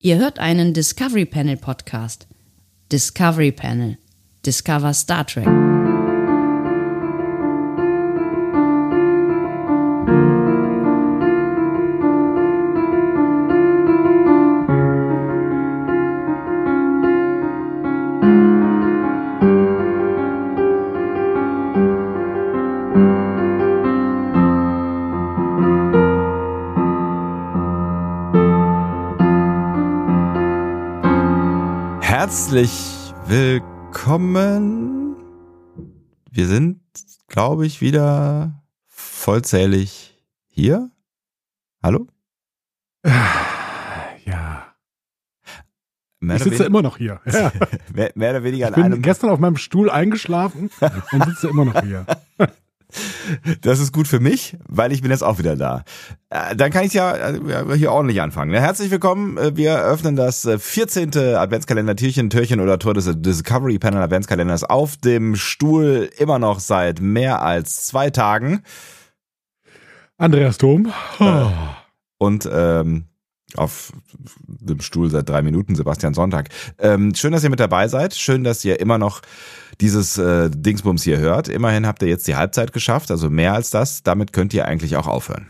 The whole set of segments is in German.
Ihr hört einen Discovery Panel Podcast. Discovery Panel. Discover Star Trek. Herzlich willkommen. Wir sind, glaube ich, wieder vollzählig hier. Hallo? Ja. Ich sitze immer noch hier. Ja. mehr oder weniger ich bin gestern auf meinem Stuhl eingeschlafen und sitze immer noch hier. Das ist gut für mich, weil ich bin jetzt auch wieder da. Dann kann ich ja hier ordentlich anfangen. Herzlich willkommen. Wir öffnen das 14. Adventskalender-Türchen, Türchen oder Tor des Discovery Panel Adventskalenders auf dem Stuhl immer noch seit mehr als 2 Tagen. Andreas Dom. Und auf dem Stuhl seit 3 Minuten Sebastian Sonntag. Schön, dass ihr mit dabei seid. Schön, dass ihr immer noch dieses Dingsbums hier hört. Immerhin habt ihr jetzt die Halbzeit geschafft, also mehr als das. Damit könnt ihr eigentlich auch aufhören.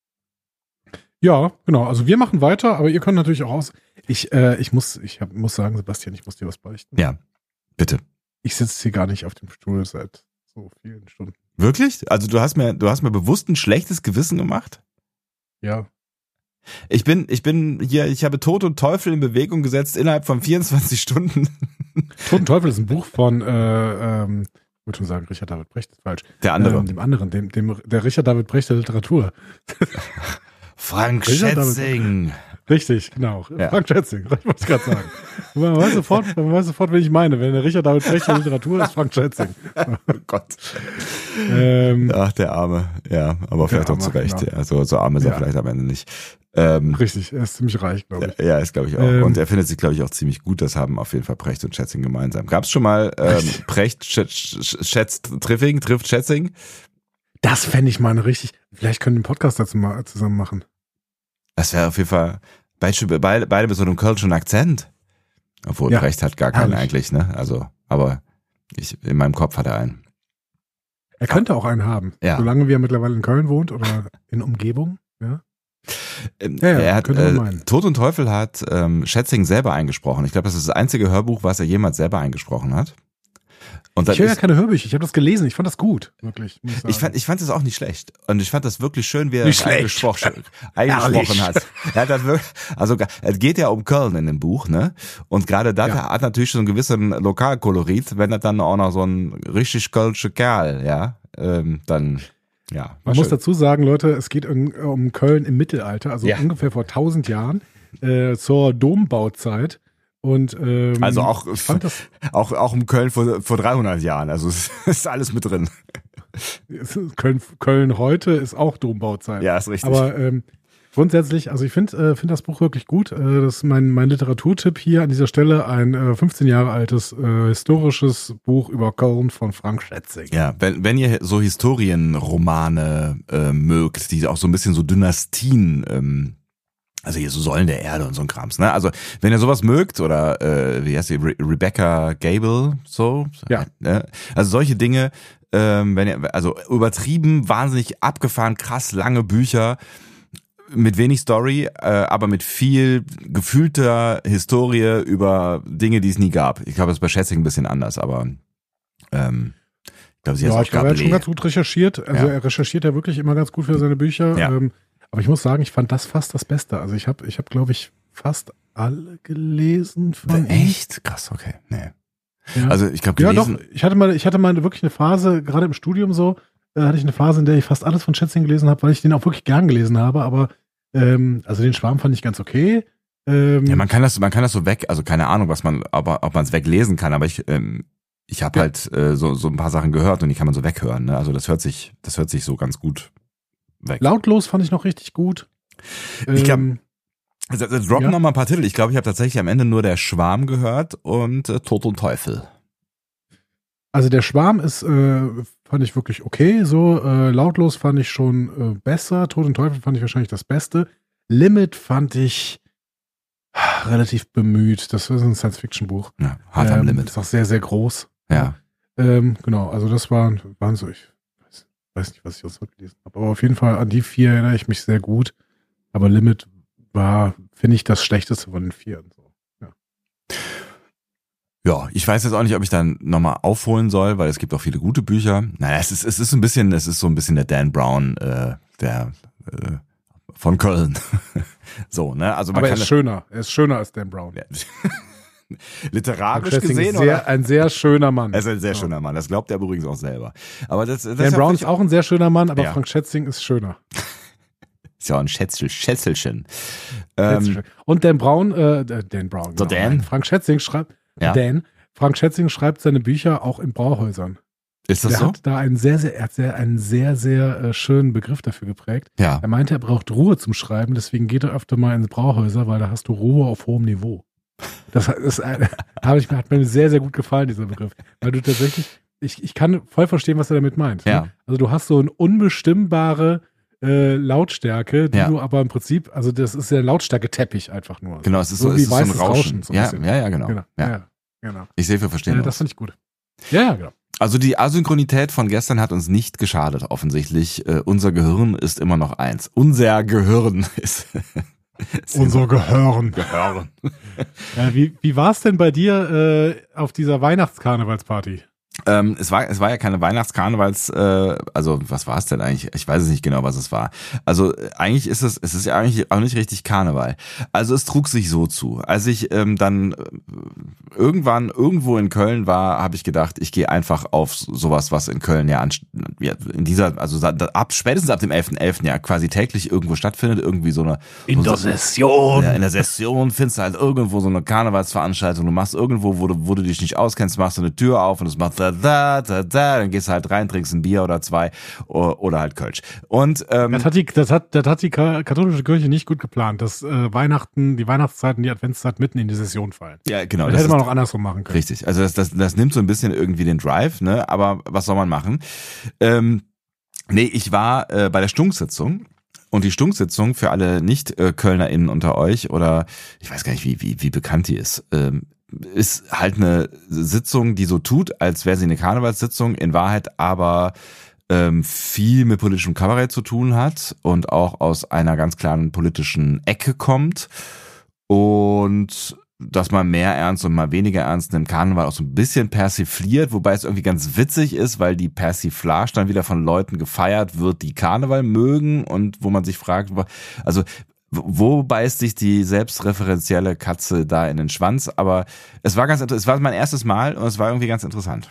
Ja, genau. Also wir machen weiter, aber ihr könnt natürlich auch aus. Ich muss sagen, Sebastian, ich muss dir was beichten. Ja, bitte. Ich sitze hier gar nicht auf dem Stuhl seit so vielen Stunden. Wirklich? Also du hast mir bewusst ein schlechtes Gewissen gemacht? Ja. Ich bin hier, ich habe Tod und Teufel in Bewegung gesetzt innerhalb von 24 Stunden. Tod und Teufel ist ein Buch von, ich würde schon sagen, Richard David Brecht ist falsch. Der andere. Der Richard David Brecht der Literatur. Frank Schätzing. Richtig, genau. Ja. Frank Schätzing, ich wollte es gerade sagen. Man weiß sofort, wen ich meine. Wenn der Richard David Brecht der Literatur ist, Frank Schätzing. Oh Gott. Ach, der Arme. Ja, aber vielleicht auch zu Recht. Genau. Ja, so arm ist er vielleicht am Ende nicht. Richtig, er ist ziemlich reich, glaube ich. Ja, ist glaube ich auch. Und er findet sich, glaube ich, auch ziemlich gut. Das haben auf jeden Fall Brecht und Schätzing gemeinsam. Gab es schon mal Brecht trifft Schätzing? Das fände ich mal eine richtig. Vielleicht können wir einen Podcast dazu mal zusammen machen. Das wäre auf jeden Fall beide mit so einem kölschen Akzent. Obwohl Brecht hat gar keinen eigentlich, ne? Also, aber in meinem Kopf hat er einen. Er könnte auch einen haben, solange wie er mittlerweile in Köln wohnt oder in Umgebung, ja. Er hat Tod und Teufel hat Schätzing selber eingesprochen. Ich glaube, das ist das einzige Hörbuch, was er jemals selber eingesprochen hat. Und ich höre ja keine Hörbücher, ich habe das gelesen, ich fand das gut, wirklich. Ich fand das auch nicht schlecht. Und ich fand das wirklich schön, wie er das eingesprochen hat. Er hat das wirklich, also es geht ja um Köln in dem Buch, ne? Und gerade das hat natürlich so einen gewissen Lokalkolorit, wenn er dann auch noch so ein richtig kölscher Kerl, dann, ja. Man muss dazu sagen, Leute, es geht um Köln im Mittelalter, also ungefähr vor 1000 Jahren, zur Dombauzeit. Und also auch um Köln vor 300 Jahren, also es ist alles mit drin. Köln heute ist auch Dombauzeit. Ja, ist richtig. Aber grundsätzlich, also ich finde das Buch wirklich gut. Das ist mein Literaturtipp hier an dieser Stelle, ein 15 Jahre altes historisches Buch über Köln von Frank Schätzing. Ja, wenn ihr so Historienromane mögt, die auch so ein bisschen so Dynastien also hier so Säulen der Erde und so ein Krams, ne? Also wenn ihr sowas mögt oder wie heißt die, Rebecca Gable, so, ne? Also solche Dinge, wenn ihr, also übertrieben, wahnsinnig abgefahren, krass lange Bücher mit wenig Story, aber mit viel gefühlter Historie über Dinge, die es nie gab. Ich glaube, das ist bei Schätzing ein bisschen anders, aber ich glaube, er hat schon ganz gut recherchiert. Also er recherchiert ja wirklich immer ganz gut für seine Bücher. Ja. Aber ich muss sagen, ich fand das fast das Beste. Also ich hab, glaube ich, fast alle gelesen von ihm. Echt? Krass, okay. Nee. Ja. Also ich glaube, gelesen. Ja, doch. Ich hatte mal wirklich eine Phase, gerade im Studium so, hatte ich eine Phase, in der ich fast alles von Schätzing gelesen habe, weil ich den auch wirklich gern gelesen habe. Aber also den Schwarm fand ich ganz okay. Ja, man kann das so weg, also keine Ahnung, ob man es weglesen kann, aber ich habe halt so ein paar Sachen gehört und die kann man so weghören. Ne? Also das hört sich so ganz gut weg. Lautlos fand ich noch richtig gut. Ich glaube, droppen noch mal ein paar Titel. Ich glaube, ich habe tatsächlich am Ende nur der Schwarm gehört und Tod und Teufel. Also der Schwarm ist, fand ich wirklich okay. So Lautlos fand ich schon besser. Tod und Teufel fand ich wahrscheinlich das Beste. Limit fand ich Relativ bemüht. Das ist ein Science-Fiction-Buch. Ja, hart am Limit. Ist auch sehr, sehr groß. Ja. Genau, also das waren so, ich weiß nicht, was ich aus gelesen habe. Aber auf jeden Fall an die 4 erinnere ich mich sehr gut. Aber Limit war, finde ich, das Schlechteste von den 4. So. Ja. Ja, ich weiß jetzt auch nicht, ob ich dann nochmal aufholen soll, weil es gibt auch viele gute Bücher. Naja, es ist so ein bisschen der Dan Brown, der von Köln. So, ne? Also man aber kann er ist schöner als Dan Brown. Ja. Literarisch Frank Schätzing gesehen, oder? Ein sehr schöner Mann. Er ist ein sehr schöner Mann, das glaubt er übrigens auch selber. Aber das Dan Brown ist auch ein sehr schöner Mann, aber ja. Frank Schätzing ist schöner. Ist ja auch ein Schätzelchen. Und Dan Brown, genau. So Dan? Frank Schätzing schreibt, Frank Schätzing schreibt seine Bücher auch in Brauhäusern. Ist das der so? Hat da einen sehr schönen Begriff dafür geprägt. Ja. Er meinte, er braucht Ruhe zum Schreiben, deswegen geht er öfter mal in Brauhäuser, weil da hast du Ruhe auf hohem Niveau. Das hat mir sehr, sehr gut gefallen, dieser Begriff. Weil du tatsächlich, ich kann voll verstehen, was er damit meint. Ja. Ne? Also du hast so eine unbestimmbare Lautstärke, die du aber im Prinzip, also das ist ja Lautstärke-Teppich einfach nur. Genau, es ist so wie ein Rauschen. so ein Ja, genau. Genau. Ich sehe, wir verstehen das fand ich gut. Ja, genau. Also die Asynchronität von gestern hat uns nicht geschadet, offensichtlich. Unser Gehirn ist immer noch eins. Unser Gehirn ist unser Gehirn. Ja, wie war es denn bei dir auf dieser Weihnachtskarnevalsparty? Es war ja keine Weihnachtskarnevals, also was war es denn eigentlich? Ich weiß es nicht genau, was es war. Also eigentlich es ist ja eigentlich auch nicht richtig Karneval. Also es trug sich so zu. Als ich dann irgendwann irgendwo in Köln war, habe ich gedacht, ich gehe einfach auf sowas, was in Köln spätestens ab dem 11.11. ja quasi täglich irgendwo stattfindet, irgendwie so eine in der Session. Ja, in der Session findest du halt irgendwo so eine Karnevalsveranstaltung, du machst irgendwo, wo du dich nicht auskennst, machst du eine Tür auf und es macht dann gehst du halt rein, trinkst ein Bier oder 2 oder halt Kölsch. Und das hat die katholische Kirche nicht gut geplant, dass die Weihnachtszeit und die Adventszeit mitten in die Session fallen. Ja, genau. Das hätte man auch andersrum machen können. Richtig. Also das nimmt so ein bisschen irgendwie den Drive, ne? Aber was soll man machen? Ich war bei der Stunksitzung. Und die Stunksitzung für alle Nicht-KölnerInnen unter euch oder ich weiß gar nicht, wie bekannt die ist halt eine Sitzung, die so tut, als wäre sie eine Karnevalssitzung, in Wahrheit aber viel mit politischem Kabarett zu tun hat und auch aus einer ganz klaren politischen Ecke kommt und dass man mehr ernst und mal weniger ernst nimmt, Karneval auch so ein bisschen persifliert, wobei es irgendwie ganz witzig ist, weil die Persiflage dann wieder von Leuten gefeiert wird, die Karneval mögen und wo man sich fragt, also wo beißt sich die selbstreferenzielle Katze da in den Schwanz? Aber es war mein erstes Mal und es war irgendwie ganz interessant.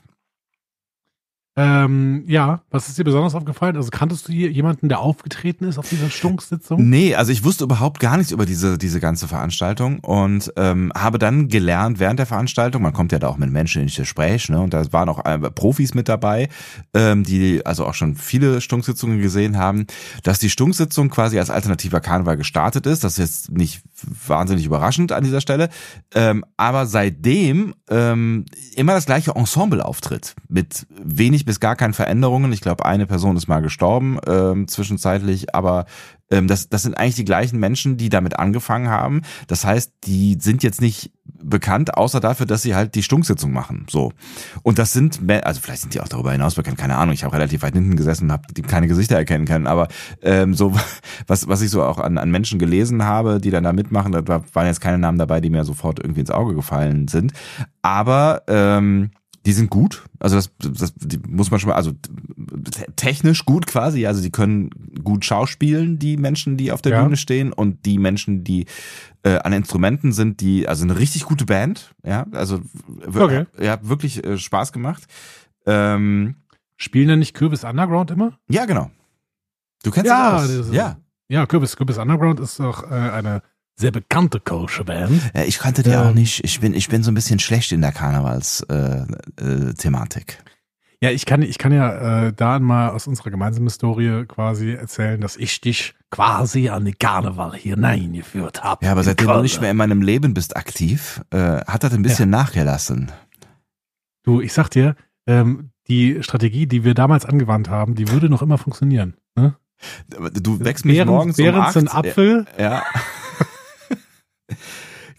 Ja, was ist dir besonders aufgefallen? Also kanntest du hier jemanden, der aufgetreten ist auf dieser Stunksitzung? Nee, also ich wusste überhaupt gar nichts über diese ganze Veranstaltung und habe dann gelernt während der Veranstaltung, man kommt ja da auch mit Menschen ins Gespräch, ne, und da waren auch Profis mit dabei, die also auch schon viele Stunksitzungen gesehen haben, dass die Stunksitzung quasi als alternativer Karneval gestartet ist. Das ist jetzt nicht wahnsinnig überraschend an dieser Stelle, aber seitdem immer das gleiche Ensemble auftritt, mit wenig bis gar keine Veränderungen. Ich glaube, eine Person ist mal gestorben zwischenzeitlich, aber das sind eigentlich die gleichen Menschen, die damit angefangen haben. Das heißt, die sind jetzt nicht bekannt, außer dafür, dass sie halt die Stunksitzung machen. So. Und das sind, also vielleicht sind die auch darüber hinaus bekannt, keine Ahnung. Ich habe relativ weit hinten gesessen und habe keine Gesichter erkennen können, aber so was ich so auch an Menschen gelesen habe, die dann da mitmachen, da waren jetzt keine Namen dabei, die mir sofort irgendwie ins Auge gefallen sind. Aber die sind gut, also die muss man schon mal, also technisch gut quasi, also die können gut schauspielen, die Menschen, die auf der Bühne stehen und die Menschen, die an Instrumenten sind, also eine richtig gute Band, ja, also wirklich Spaß gemacht. Spielen denn nicht Kürbis Underground immer? Ja, genau. Du kennst das? Ja, Kürbis Underground ist doch eine sehr bekannte Kosher-Band. Ich kannte die auch nicht. Ich bin so ein bisschen schlecht in der Karnevals-Thematik. Ja, ich kann ja da mal aus unserer gemeinsamen Historie quasi erzählen, dass ich dich quasi an den Karneval hier hineingeführt habe. Ja, aber seitdem du nicht mehr in meinem Leben bist aktiv, hat das ein bisschen nachgelassen. Du, ich sag dir, die Strategie, die wir damals angewandt haben, die würde noch immer funktionieren. Ne? Du wächst mich morgens um 8. Ein Apfel. Ja.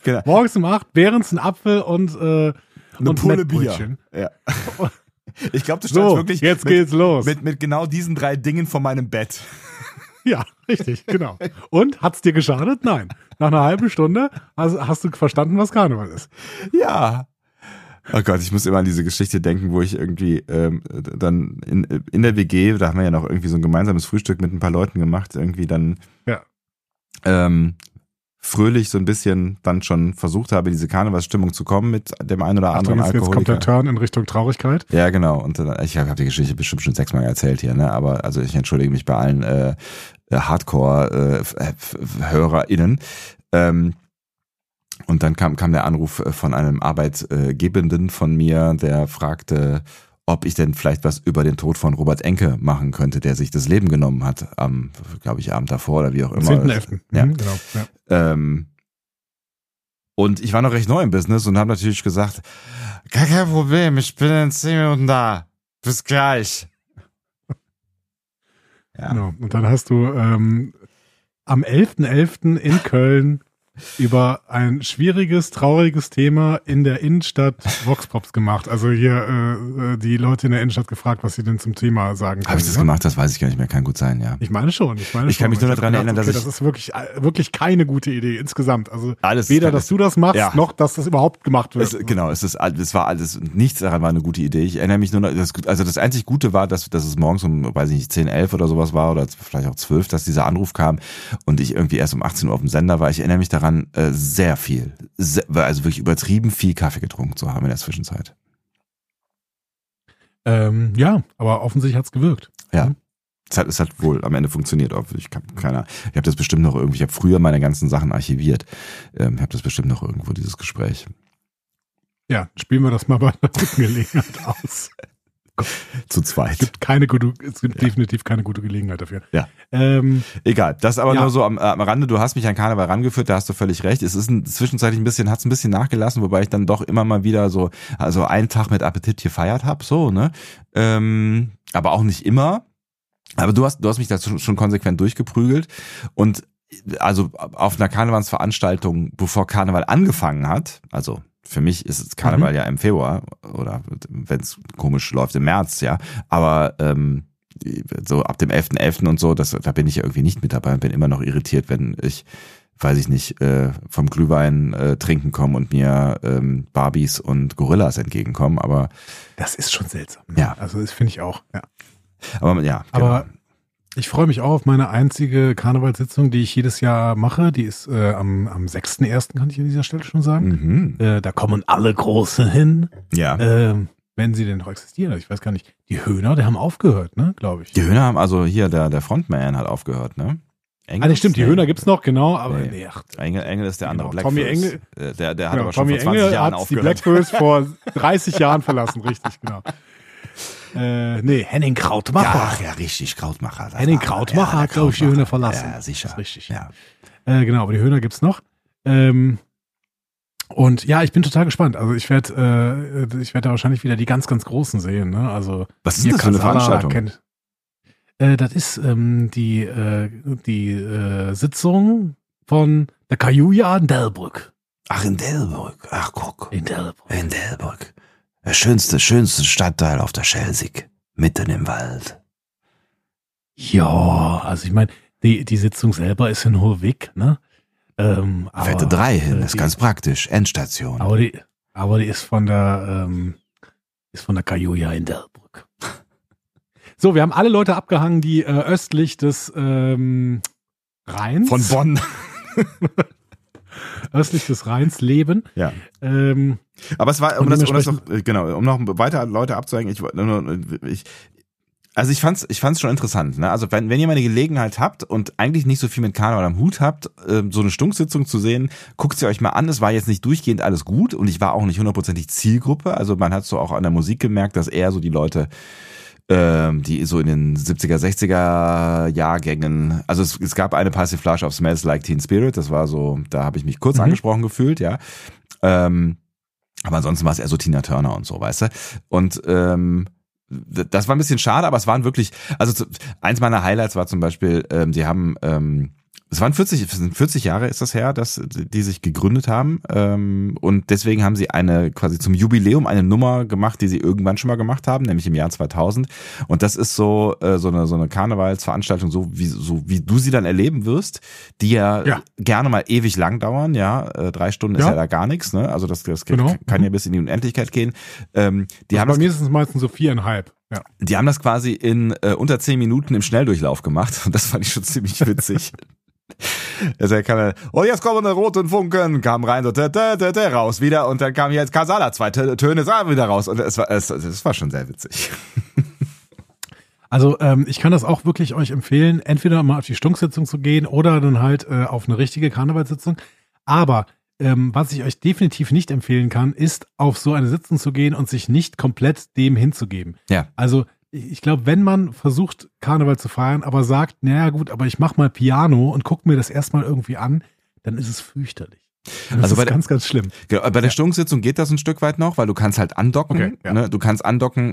Genau. Morgens um 8, während ein Apfel und Eine Pulle Bier. Mettbrötchen. Ja. Ich glaube, du standst So, wirklich jetzt geht's los. Mit genau diesen 3 Dingen vor meinem Bett. Ja, richtig, genau. Und, hat's dir geschadet? Nein. Nach einer halben Stunde hast du verstanden, was Karneval ist. Ja. Oh Gott, ich muss immer an diese Geschichte denken, wo ich irgendwie dann in der WG, da haben wir ja noch irgendwie so ein gemeinsames Frühstück mit ein paar Leuten gemacht, irgendwie dann fröhlich so ein bisschen dann schon versucht habe, diese Karnevalsstimmung zu kommen mit dem einen oder anderen Alkoholiker. Jetzt kommt der Turn in Richtung Traurigkeit. Ja, genau. Und ich habe die Geschichte bestimmt schon 6-mal erzählt hier, ne? Aber also ich entschuldige mich bei allen Hardcore-HörerInnen. Und dann kam der Anruf von einem Arbeitgebenden von mir, der fragte, ob ich denn vielleicht was über den Tod von Robert Enke machen könnte, der sich das Leben genommen hat am, glaube ich, Abend davor oder wie auch immer. 10.11. Ja. Genau. Ja. Und ich war noch recht neu im Business und habe natürlich gesagt, gar kein Problem, ich bin in 10 Minuten da. Bis gleich. Ja. Genau. Und dann hast du am 11.11. in Köln über ein schwieriges, trauriges Thema in der Innenstadt Voxpops gemacht. Also hier die Leute in der Innenstadt gefragt, was sie denn zum Thema sagen können. Habe ich das gemacht? Das weiß ich gar nicht mehr. Kann gut sein, ja. Ich meine schon. Ich kann mich nur daran erinnern, dass das ist wirklich keine gute Idee insgesamt. Also alles weder, dass du das machst, ja, noch, dass das überhaupt gemacht wird. Es war alles, nichts daran war eine gute Idee. Ich erinnere mich nur noch, das einzig Gute war, dass es morgens um, weiß ich nicht, 10, 11 oder sowas war oder vielleicht auch 12, dass dieser Anruf kam und ich irgendwie erst um 18 Uhr auf dem Sender war. Ich erinnere mich daran, sehr viel, also wirklich übertrieben viel Kaffee getrunken zu haben in der Zwischenzeit. Ja, aber offensichtlich hat's gewirkt. Ja. Es hat wohl am Ende funktioniert. Ich habe das bestimmt noch irgendwie, ich habe früher meine ganzen Sachen archiviert. Ich habe das bestimmt noch irgendwo, dieses Gespräch. Ja, spielen wir das mal bei einer guten Gelegenheit aus. Zu zweit. Es gibt definitiv keine gute Gelegenheit dafür. Ja. Egal, das aber nur so am Rande. Du hast mich an Karneval rangeführt, da hast du völlig recht. Es ist zwischenzeitlich hat's ein bisschen nachgelassen, wobei ich dann doch immer mal wieder also einen Tag mit Appetit gefeiert habe, so, ne? Aber auch nicht immer. Aber du hast mich da schon konsequent durchgeprügelt und also auf einer Karnevalsveranstaltung, bevor Karneval angefangen hat, also für mich ist es Karneval ja im Februar oder wenn es komisch läuft im März, ja. Aber so ab dem 11.11. und so, da bin ich ja irgendwie nicht mit dabei und bin immer noch irritiert, wenn ich, weiß ich nicht, vom Glühwein trinken komme und mir Barbies und Gorillas entgegenkommen. Aber das ist schon seltsam. Ne? Ja. Also das finde ich auch. Ja. Aber ja. Aber ich freue mich auch auf meine einzige Karnevalssitzung, die ich jedes Jahr mache. Die ist am 6.1., kann ich an dieser Stelle schon sagen. Da kommen alle Großen hin. Ja. Wenn sie denn noch existieren. Ich weiß gar nicht. Die Höhner, die haben aufgehört, ne, glaube ich. Die Höhner haben, also hier, der Frontman hat aufgehört, ne? Das stimmt, die Höhner gibt's noch, genau, aber nee. Engel ist der andere, genau. Tommy Engel, der hat aber schon Tommy vor 20 Jahren aufgehört. Die Blackbirds vor 30 Jahren verlassen, richtig, genau. Henning Krautmacher. Ach ja, richtig, Krautmacher. Henning Krautmacher hat, glaube ich, die Höhner verlassen. Ja, sicher. Das ist richtig. Ja. Genau, aber die Höhner gibt's noch. Und ja, ich bin total gespannt. Also ich werde da wahrscheinlich wieder die ganz, ganz Großen sehen. Ne? Also was ist denn das für eine Veranstaltung? Das ist die Sitzung von der Kajuja in Delbrück. Ach, in Delbrück. Ach, guck. In Delbrück. Der schönste Stadtteil auf der Schelsig. Mitten im Wald. Ja, also ich meine, die Sitzung selber ist in Hohwig, ne? Fette 3 hin, ist ganz praktisch. Endstation. Aber die ist von der Kajuja in Delbrück. So, wir haben alle Leute abgehangen, die östlich des Rheins. Von Bonn. Östlich des Rheins leben. Ja. Aber es war, um noch weiter Leute abzuhängen, ich fand's schon interessant, ne? Also wenn ihr mal eine Gelegenheit habt und eigentlich nicht so viel mit Karneval am Hut habt, so eine Stunksitzung zu sehen, guckt sie euch mal an. Es war jetzt nicht durchgehend alles gut und ich war auch nicht 100% Zielgruppe. Also man hat so auch an der Musik gemerkt, dass eher so die Leute, die so in den 70er, 60er Jahrgängen, also es gab eine Passivlage auf Smells Like Teen Spirit, das war so, da habe ich mich kurz angesprochen gefühlt, ja. Aber ansonsten war es eher so Tina Turner und so, weißt du? Und das war ein bisschen schade, aber es waren wirklich, also eins meiner Highlights war zum Beispiel, die haben Es waren 40 Jahre ist das her, dass die sich gegründet haben, und deswegen haben sie quasi zum Jubiläum eine Nummer gemacht, die sie irgendwann schon mal gemacht haben, nämlich im Jahr 2000. Und das ist so eine Karnevalsveranstaltung, so wie du sie dann erleben wirst, die ja gerne mal ewig lang dauern. 3 Stunden ist ja da gar nichts, ne? Also das kann ja bis in die Unendlichkeit gehen. Bei mir ist es meistens so 4,5. Ja. Die haben das quasi in unter 10 Minuten im Schnelldurchlauf gemacht und das fand ich schon ziemlich witzig. Also jetzt kommen die roten Funken, kam rein, so raus wieder und dann kam jetzt Kasala, 2 Töne, wieder raus und es war schon sehr witzig. Also ich kann das auch wirklich euch empfehlen, entweder mal auf die Stunksitzung zu gehen oder dann halt auf eine richtige Karnevalssitzung, aber was ich euch definitiv nicht empfehlen kann, ist auf so eine Sitzung zu gehen und sich nicht komplett dem hinzugeben. Ja. Also ich glaube, wenn man versucht, Karneval zu feiern, aber sagt, naja gut, aber ich mach mal Piano und guck mir das erstmal irgendwie an, dann ist es fürchterlich. Das ist ganz, ganz schlimm. Genau, bei der Stunksitzung geht das ein Stück weit noch, weil du kannst halt andocken. Okay, ja. Ne? Du kannst andocken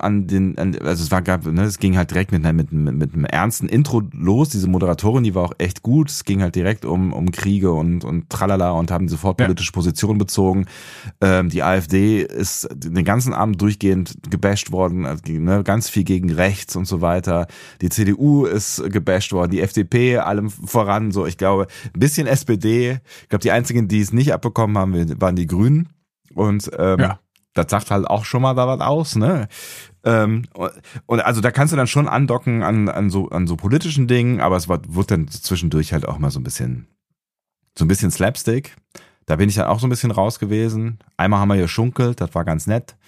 es ging halt direkt mit einem ernsten Intro los. Diese Moderatorin, die war auch echt gut. Es ging halt direkt um Kriege und tralala und haben sofort politische Position bezogen. Die AfD ist den ganzen Abend durchgehend gebasht worden, also, ne? Ganz viel gegen rechts und so weiter. Die CDU ist gebasht worden, die FDP allem voran. So, ich glaube, ein bisschen SPD. Ich glaube, die einzigen, die es nicht abbekommen haben, waren die Grünen. Und das sagt halt auch schon mal da was aus, ne? Und also da kannst du dann schon andocken an so politischen Dingen, aber es wird dann zwischendurch halt auch mal so ein bisschen Slapstick. Da bin ich dann auch so ein bisschen raus gewesen. Einmal haben wir hier schunkelt, das war ganz nett.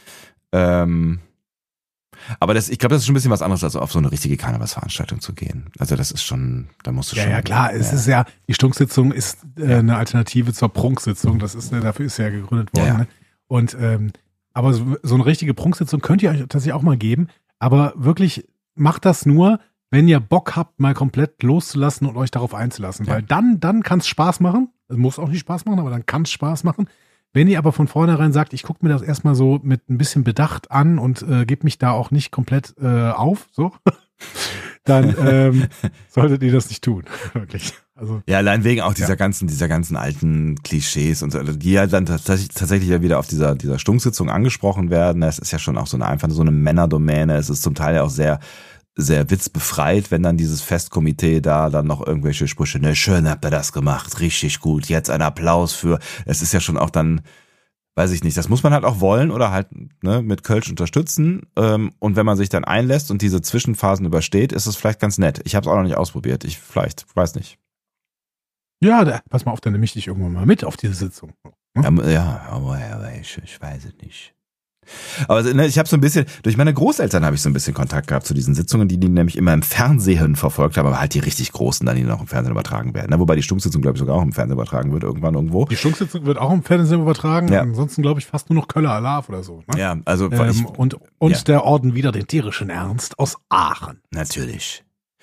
Aber ich glaube, das ist schon ein bisschen was anderes, als auf so eine richtige Karnevalsveranstaltung zu gehen. Also das ist schon, da musst du schon. Ja, klar, es ist ja, die Stunksitzung ist eine Alternative zur Prunksitzung. Das ist, dafür ist ja gegründet worden. Ja. Ne? Und aber so eine richtige Prunksitzung könnt ihr euch tatsächlich auch mal geben. Aber wirklich macht das nur, wenn ihr Bock habt, mal komplett loszulassen und euch darauf einzulassen. Ja. Weil dann kann es Spaß machen. Es muss auch nicht Spaß machen, aber dann kann es Spaß machen. Wenn ihr aber von vornherein sagt, ich gucke mir das erstmal so mit ein bisschen Bedacht an und gebe mich da auch nicht komplett auf, so, dann solltet ihr das nicht tun, wirklich. Also, ja, allein wegen auch dieser ganzen alten Klischees und so, die ja dann tatsächlich ja wieder auf dieser Stunksitzung angesprochen werden. Das ist ja schon auch einfach so eine Männerdomäne. Es ist zum Teil ja auch sehr sehr witzbefreit, wenn dann dieses Festkomitee da dann noch irgendwelche Sprüche, ne, schön habt ihr das gemacht, richtig gut, jetzt ein Applaus für, es ist ja schon auch dann, weiß ich nicht, das muss man halt auch wollen oder halt ne, mit Kölsch unterstützen, und wenn man sich dann einlässt und diese Zwischenphasen übersteht, ist es vielleicht ganz nett. Ich habe es auch noch nicht ausprobiert, weiß nicht. Ja, pass mal auf, dann nehme ich dich irgendwann mal mit auf diese Sitzung. Ja, aber ich weiß es nicht. Aber ne, ich habe so ein bisschen, durch meine Großeltern habe ich so ein bisschen Kontakt gehabt zu diesen Sitzungen, die nämlich immer im Fernsehen verfolgt haben, aber halt die richtig großen dann, die noch im Fernsehen übertragen werden. Ne? Wobei die Stunksitzung, glaube ich, sogar auch im Fernsehen übertragen wird, irgendwann irgendwo. Die Stunksitzung wird auch im Fernsehen übertragen, ansonsten glaube ich fast nur noch Köller Alarv oder so. Ne? Ja, also und der Orden wieder den tierischen Ernst aus Aachen. Natürlich.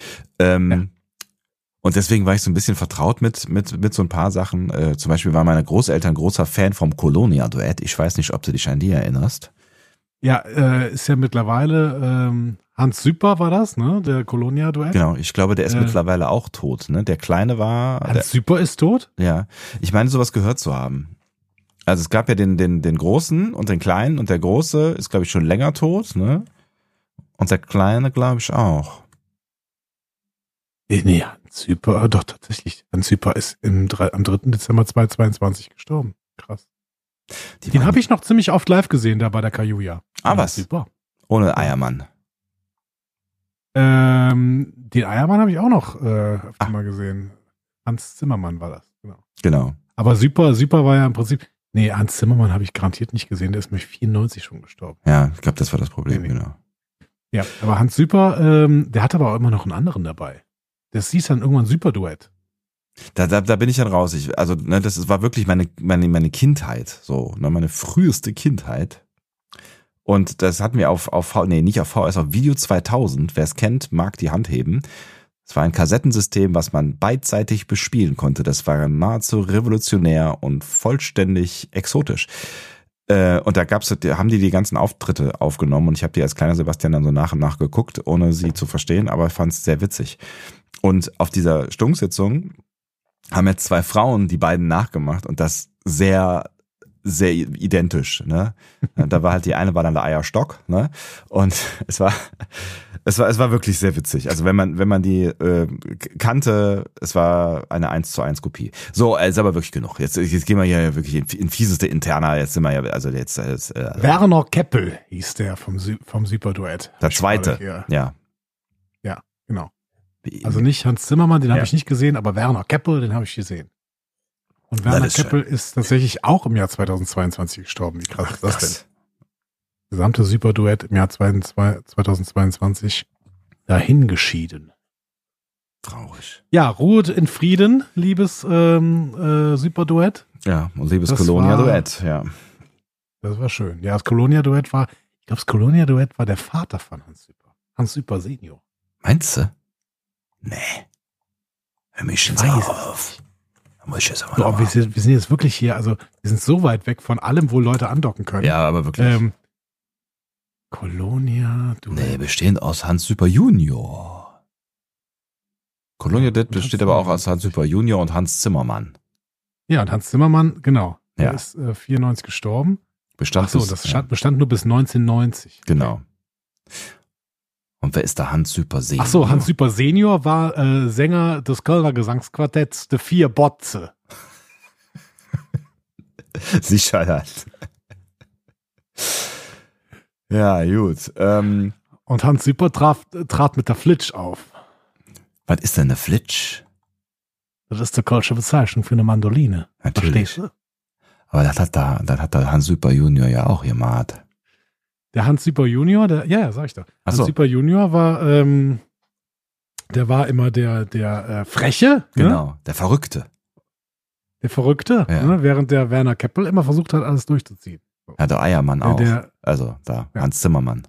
Und deswegen war ich so ein bisschen vertraut mit so ein paar Sachen. Zum Beispiel waren meine Großeltern großer Fan vom Colonia-Duett. Ich weiß nicht, ob du dich an die erinnerst. Ja, ist ja mittlerweile Hans Süper war das, ne? Der Colonia-Duett. Genau, ich glaube, der ist mittlerweile auch tot. Ne? Der Kleine war... Hans Süper ist tot? Ja, ich meine, sowas gehört zu haben. Also es gab ja den Großen und den Kleinen und der Große ist, glaube ich, schon länger tot. Ne? Und der Kleine, glaube ich, auch. Nee, Hans Süper, doch tatsächlich. Hans Süper ist am 3. Dezember 2022 gestorben. Krass. Den habe ich noch ziemlich oft live gesehen, da bei der Kajuja. Ah, was? Super. Ohne Eiermann. Den Eiermann habe ich auch noch öfter mal gesehen. Hans Zimmermann war das, Genau. Aber Süper war ja im Prinzip, nee, Hans Zimmermann habe ich garantiert nicht gesehen, der ist mit 94 schon gestorben. Ja, ich glaube, das war das Problem, genau. Ja, aber Hans Süper, der hat aber auch immer noch einen anderen dabei. Das hieß dann irgendwann Süper-Duett. Da bin ich dann raus. Das war wirklich meine Kindheit, so, ne, meine früheste Kindheit. Und das hatten wir nicht auf VHS, auf Video 2000. Wer es kennt, mag die Hand heben. Es war ein Kassettensystem, was man beidseitig bespielen konnte. Das war nahezu revolutionär und vollständig exotisch. Und da haben die ganzen Auftritte aufgenommen und ich habe die als kleiner Sebastian dann so nach und nach geguckt, ohne sie zu verstehen, aber ich fand es sehr witzig. Und auf dieser Stunksitzung haben jetzt 2 Frauen die beiden nachgemacht und das sehr, sehr identisch, ne? Da war halt die eine war dann der Eierstock, ne? Und es war wirklich sehr witzig. Also wenn man die kannte, es war eine 1:1 Kopie. So, ist aber wirklich genug. Jetzt gehen wir hier wirklich in fieseste Interna. Jetzt sind wir ja, also jetzt Werner Keppel hieß der vom Superduett. der zweite, ja. Ja, genau. Also nicht Hans Zimmermann, den habe ich nicht gesehen, aber Werner Keppel, den habe ich gesehen. Und Werner Keppel ist tatsächlich auch im Jahr 2022 gestorben. Wie krass ist das denn? Gesamte Superduett im Jahr 2022 dahingeschieden. Traurig. Ja, ruhet in Frieden, liebes Superduett. Ja, und liebes Colonia-Duett, ja. Das war schön. Ja, das Colonia-Duett war, ich glaube, das Colonia-Duett war der Vater von Hans Süper. Hans Süper Senior. Meinst du? Nee. Hör mich jetzt auf. Da muss ich jetzt aber wir sind jetzt wirklich hier, also wir sind so weit weg von allem, wo Leute andocken können. Ja, aber wirklich. Colonia-Duett. Nee, bestehend aus Hans Süper Junior. Colonia-Duett besteht aber auch aus Hans Süper Junior und Hans Zimmermann. Ja, und Hans Zimmermann, genau. Der Ja. ist 94 gestorben. Bestand Achso, das bestand nur bis 1990. Genau. Und wer ist der Hans Süper Senior? Achso, Hans Süper Senior war Sänger des Kölner Gesangsquartetts De Vier Botze. Sicher halt. Ja, gut. Und Hans Süper trat mit der Flitsch auf. Was ist denn eine Flitsch? Das ist die kölsche Bezeichnung für eine Mandoline. Natürlich. Verstehst du? Aber das hat der Hans Süper Junior ja auch gemacht. Der Hans Süper Junior, ja, sag ich doch. Ach so. Hans Süper Junior war, der war immer der Freche, Genau, ne? der Verrückte. Der Verrückte, Ja. ne? Während der Werner Keppel immer versucht hat, alles durchzuziehen. Ja, der Eiermann auch. Ja. Ja. Hans Zimmermann.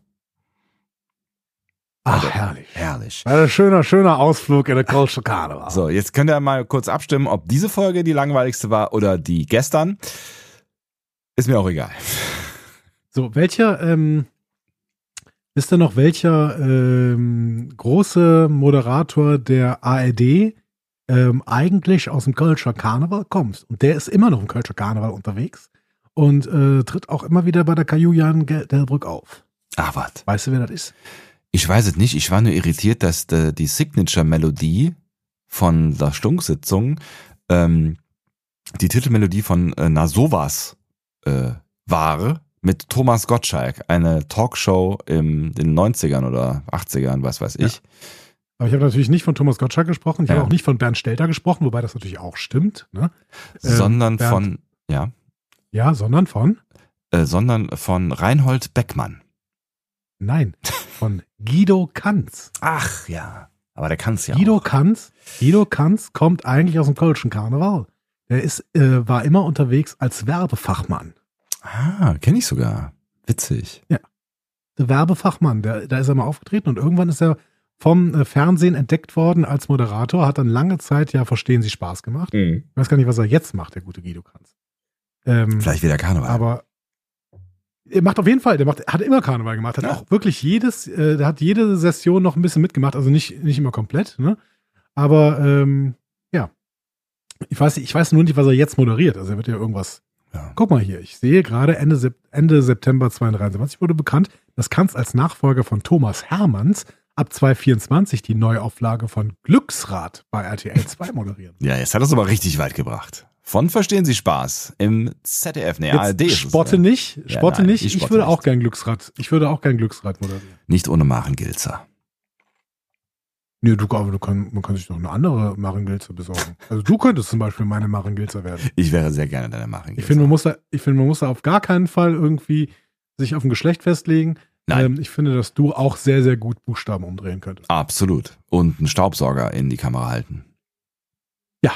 Ach, herrlich. Herrlich. War ein schöner Ausflug in der kölsche Karneval. So, jetzt könnt ihr mal kurz abstimmen, ob diese Folge die langweiligste war oder die gestern. Ist mir auch egal. So, wisst ihr noch, welcher große Moderator der ARD eigentlich aus dem Kölscher Karneval kommt? Und der ist immer noch im Kölscher Karneval unterwegs und tritt auch immer wieder bei der Kajujan Delbrück auf. Ach, was? Weißt du, wer das ist? Ich weiß es nicht. Ich war nur irritiert, dass die Signature-Melodie von der Stunksitzung die Titelmelodie von Na sowas war mit Thomas Gottschalk, eine Talkshow in den 90ern oder 80ern, was weiß ich. Ja. Aber ich habe natürlich nicht von Thomas Gottschalk gesprochen. Ich Ja. habe auch nicht von Bernd Stelter gesprochen, wobei das natürlich auch stimmt. Ne? Sondern Bernd- von sondern von? sondern von Reinhold Beckmann. Nein, von Guido Kanz. Ach ja, aber der kann's ja Guido auch. Kanz kommt eigentlich aus dem Kölschen Karneval. Der war immer unterwegs als Werbefachmann. Ah, kenne ich sogar. Witzig. Der Werbefachmann, da ist er mal aufgetreten und irgendwann ist er vom Fernsehen entdeckt worden als Moderator, hat dann lange Zeit, ja, Verstehen Sie, Spaß gemacht. Ich weiß gar nicht, was er jetzt macht, der gute Guido Kanz. Vielleicht wieder Karneval. Aber er macht auf jeden Fall, hat immer Karneval gemacht, hat Ja. auch wirklich der hat jede Session noch ein bisschen mitgemacht, also nicht immer komplett, ne? Aber ja. Ich weiß nur nicht, was er jetzt moderiert. Also er wird ja irgendwas. Ja. Guck mal hier, ich sehe gerade Ende September 2023 wurde bekannt, dass Kanz als Nachfolger von Thomas Hermanns ab 2024 die Neuauflage von Glücksrad bei RTL 2 moderieren. Ja, jetzt hat er es aber richtig weit gebracht. Von Verstehen Sie Spaß im ZDF, nee, ARD ist es, Spotte ja. nicht. Ja, nein, ich Ich spotte würde nicht. auch gern Glücksrad moderieren. Nicht ohne Maren Gilzer. Nee, man kann sich doch eine andere Maren Gilzer besorgen. Also du könntest zum Beispiel meine Maren Gilzer werden. Ich wäre sehr gerne deine Maren Gilzer. Ich finde, man muss da auf gar keinen Fall irgendwie sich auf ein Geschlecht festlegen. Nein. Ich finde, dass du auch sehr, sehr gut Buchstaben umdrehen könntest. Absolut. Und einen Staubsauger in die Kamera halten. Ja.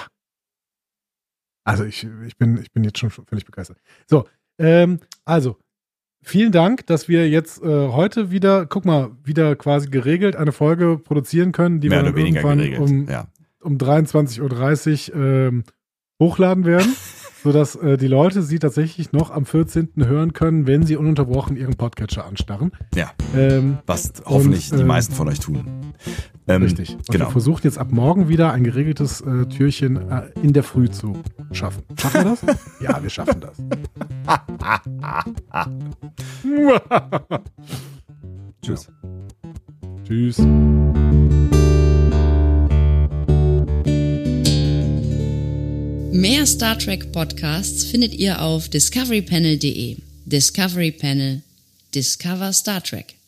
Also ich bin jetzt schon völlig begeistert. So, also vielen Dank, dass wir jetzt heute wieder quasi geregelt eine Folge produzieren können, die Mehr wir oder weniger irgendwann geregelt. Ja. um 23:30 Uhr hochladen werden. sodass die Leute sie tatsächlich noch am 14. hören können, wenn sie ununterbrochen ihren Podcatcher anstarren. Ja, was hoffentlich die meisten von euch tun. Richtig. Und genau. wir versuchen jetzt ab morgen wieder ein geregeltes Türchen in der Früh zu schaffen. Schaffen wir das? Ja, wir schaffen das. Tschüss. Ja. Tschüss. Mehr Star Trek Podcasts findet ihr auf discoverypanel.de. Discovery Panel. Discover Star Trek.